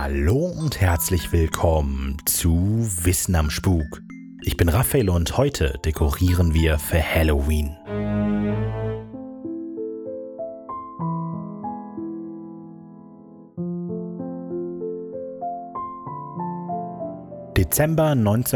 Hallo und herzlich willkommen zu Wissen am Spuk. Ich bin Raphael und heute dekorieren wir für Halloween. Dezember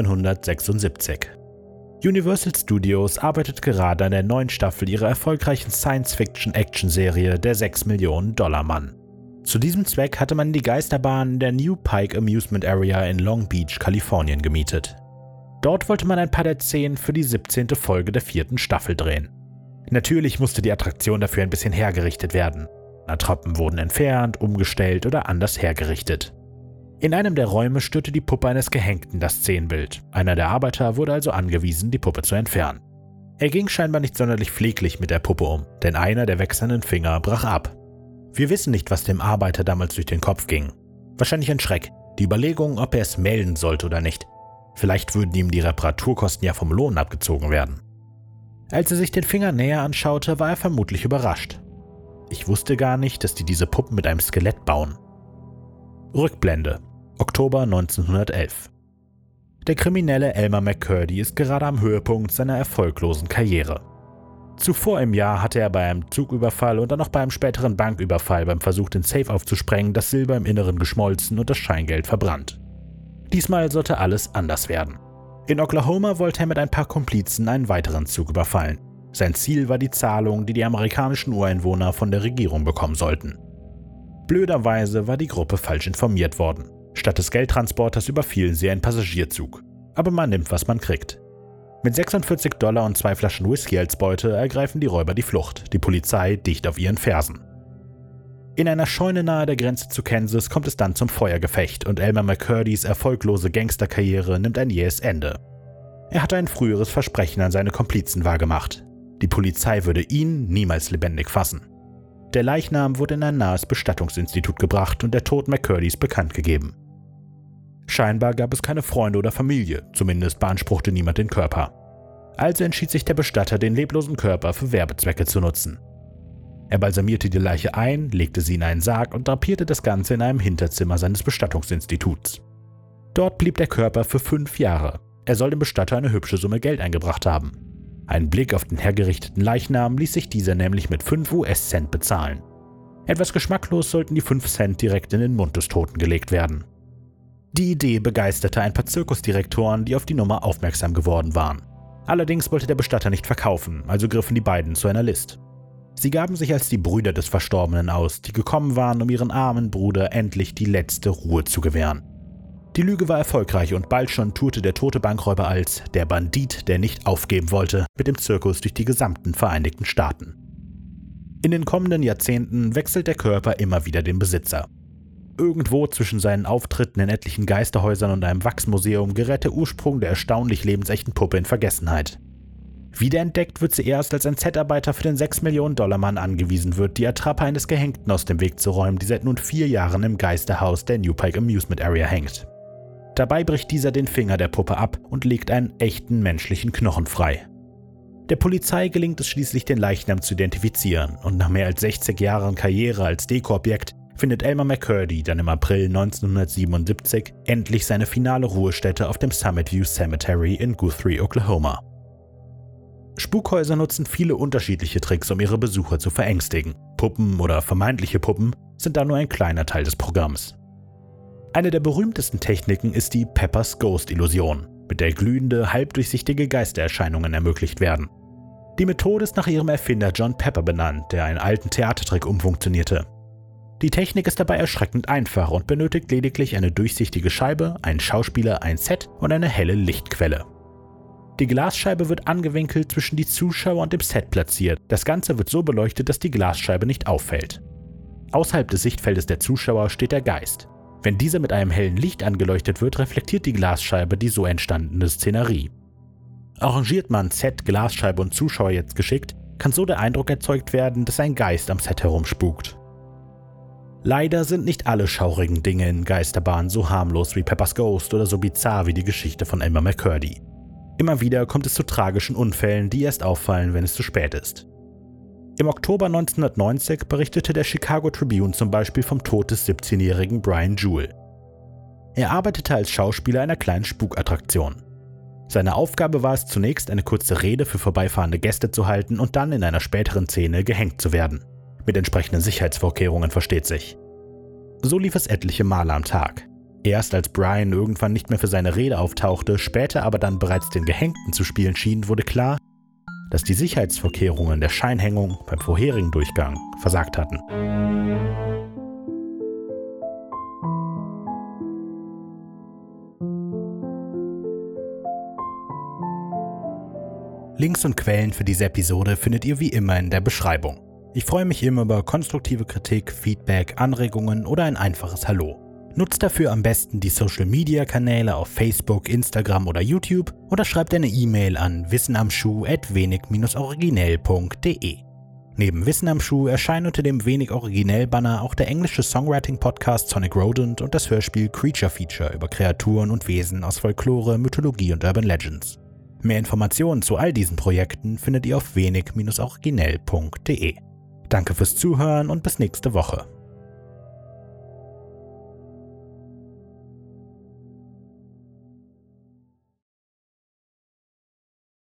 1976. Universal Studios arbeitet gerade an der neuen Staffel ihrer erfolgreichen Science-Fiction-Action-Serie Der 6-Millionen-Dollar-Mann. Zu diesem Zweck hatte man die Geisterbahn der New Pike Amusement Area in Long Beach, Kalifornien gemietet. Dort wollte man ein paar der Szenen für die 17. Folge der 4. Staffel drehen. Natürlich musste die Attraktion dafür ein bisschen hergerichtet werden. Attrappen wurden entfernt, umgestellt oder anders hergerichtet. In einem der Räume störte die Puppe eines Gehängten das Szenenbild. Einer der Arbeiter wurde also angewiesen, die Puppe zu entfernen. Er ging scheinbar nicht sonderlich pfleglich mit der Puppe um, denn einer der wechselnden Finger brach ab. Wir wissen nicht, was dem Arbeiter damals durch den Kopf ging. Wahrscheinlich ein Schreck, die Überlegung, ob er es melden sollte oder nicht. Vielleicht würden ihm die Reparaturkosten ja vom Lohn abgezogen werden. Als er sich den Finger näher anschaute, war er vermutlich überrascht. Ich wusste gar nicht, dass die diese Puppen mit einem Skelett bauen. Rückblende, Oktober 1911. Der Kriminelle Elmer McCurdy ist gerade am Höhepunkt seiner erfolglosen Karriere. Zuvor im Jahr hatte er bei einem Zugüberfall und dann noch bei einem späteren Banküberfall beim Versuch, den Safe aufzusprengen, das Silber im Inneren geschmolzen und das Scheingeld verbrannt. Diesmal sollte alles anders werden. In Oklahoma wollte er mit ein paar Komplizen einen weiteren Zug überfallen. Sein Ziel war die Zahlung, die die amerikanischen Ureinwohner von der Regierung bekommen sollten. Blöderweise war die Gruppe falsch informiert worden. Statt des Geldtransporters überfielen sie einen Passagierzug. Aber man nimmt, was man kriegt. Mit $46 und 2 Flaschen Whisky als Beute ergreifen die Räuber die Flucht, die Polizei dicht auf ihren Fersen. In einer Scheune nahe der Grenze zu Kansas kommt es dann zum Feuergefecht und Elmer McCurdys erfolglose Gangsterkarriere nimmt ein jähes Ende. Er hatte ein früheres Versprechen an seine Komplizen wahrgemacht. Die Polizei würde ihn niemals lebendig fassen. Der Leichnam wurde in ein nahes Bestattungsinstitut gebracht und der Tod McCurdys bekannt gegeben. Scheinbar gab es keine Freunde oder Familie, zumindest beanspruchte niemand den Körper. Also entschied sich der Bestatter, den leblosen Körper für Werbezwecke zu nutzen. Er balsamierte die Leiche ein, legte sie in einen Sarg und drapierte das Ganze in einem Hinterzimmer seines Bestattungsinstituts. Dort blieb der Körper für 5 Jahre. Er soll dem Bestatter eine hübsche Summe Geld eingebracht haben. Ein Blick auf den hergerichteten Leichnam ließ sich dieser nämlich mit 5 US-Cent bezahlen. Etwas geschmacklos sollten die 5 Cent direkt in den Mund des Toten gelegt werden. Die Idee begeisterte ein paar Zirkusdirektoren, die auf die Nummer aufmerksam geworden waren. Allerdings wollte der Bestatter nicht verkaufen, also griffen die beiden zu einer List. Sie gaben sich als die Brüder des Verstorbenen aus, die gekommen waren, um ihren armen Bruder endlich die letzte Ruhe zu gewähren. Die Lüge war erfolgreich und bald schon tourte der tote Bankräuber als der Bandit, der nicht aufgeben wollte, mit dem Zirkus durch die gesamten Vereinigten Staaten. In den kommenden Jahrzehnten wechselt der Körper immer wieder den Besitzer. Irgendwo zwischen seinen Auftritten in etlichen Geisterhäusern und einem Wachsmuseum gerät der Ursprung der erstaunlich lebensechten Puppe in Vergessenheit. Wiederentdeckt wird sie erst, als ein Set-Arbeiter für den 6-Millionen-Dollar-Mann angewiesen wird, die Attrappe eines Gehängten aus dem Weg zu räumen, die seit nun 4 Jahren im Geisterhaus der New Pike Amusement Area hängt. Dabei bricht dieser den Finger der Puppe ab und legt einen echten menschlichen Knochen frei. Der Polizei gelingt es schließlich, den Leichnam zu identifizieren und nach mehr als 60 Jahren Karriere als Dekoobjekt findet Elmer McCurdy dann im April 1977 endlich seine finale Ruhestätte auf dem Summit View Cemetery in Guthrie, Oklahoma. Spukhäuser nutzen viele unterschiedliche Tricks, um ihre Besucher zu verängstigen. Puppen oder vermeintliche Puppen sind da nur ein kleiner Teil des Programms. Eine der berühmtesten Techniken ist die Pepper's Ghost-Illusion, mit der glühende, halbdurchsichtige Geistererscheinungen ermöglicht werden. Die Methode ist nach ihrem Erfinder John Pepper benannt, der einen alten Theatertrick umfunktionierte. Die Technik ist dabei erschreckend einfach und benötigt lediglich eine durchsichtige Scheibe, einen Schauspieler, ein Set und eine helle Lichtquelle. Die Glasscheibe wird angewinkelt zwischen die Zuschauer und dem Set platziert. Das Ganze wird so beleuchtet, dass die Glasscheibe nicht auffällt. Außerhalb des Sichtfeldes der Zuschauer steht der Geist. Wenn dieser mit einem hellen Licht angeleuchtet wird, reflektiert die Glasscheibe die so entstandene Szenerie. Arrangiert man Set, Glasscheibe und Zuschauer jetzt geschickt, kann so der Eindruck erzeugt werden, dass ein Geist am Set herumspukt. Leider sind nicht alle schaurigen Dinge in Geisterbahnen so harmlos wie Pepper's Ghost oder so bizarr wie die Geschichte von Elmer McCurdy. Immer wieder kommt es zu tragischen Unfällen, die erst auffallen, wenn es zu spät ist. Im Oktober 1990 berichtete der Chicago Tribune zum Beispiel vom Tod des 17-jährigen Brian Jewell. Er arbeitete als Schauspieler einer kleinen Spukattraktion. Seine Aufgabe war es zunächst, eine kurze Rede für vorbeifahrende Gäste zu halten und dann in einer späteren Szene gehängt zu werden. Mit entsprechenden Sicherheitsvorkehrungen, versteht sich. So lief es etliche Male am Tag. Erst als Brian irgendwann nicht mehr für seine Rede auftauchte, später aber dann bereits den Gehängten zu spielen schien, wurde klar, dass die Sicherheitsvorkehrungen der Scheinhängung beim vorherigen Durchgang versagt hatten. Links und Quellen für diese Episode findet ihr wie immer in der Beschreibung. Ich freue mich immer über konstruktive Kritik, Feedback, Anregungen oder ein einfaches Hallo. Nutzt dafür am besten die Social-Media-Kanäle auf Facebook, Instagram oder YouTube oder schreibt eine E-Mail an wissenamschuh@wenig-originell.de. Neben Wissen am Schuh erscheinen unter dem Wenig Originell-Banner auch der englische Songwriting-Podcast Sonic Rodent und das Hörspiel Creature Feature über Kreaturen und Wesen aus Folklore, Mythologie und Urban Legends. Mehr Informationen zu all diesen Projekten findet ihr auf wenig-originell.de. Danke fürs Zuhören und bis nächste Woche.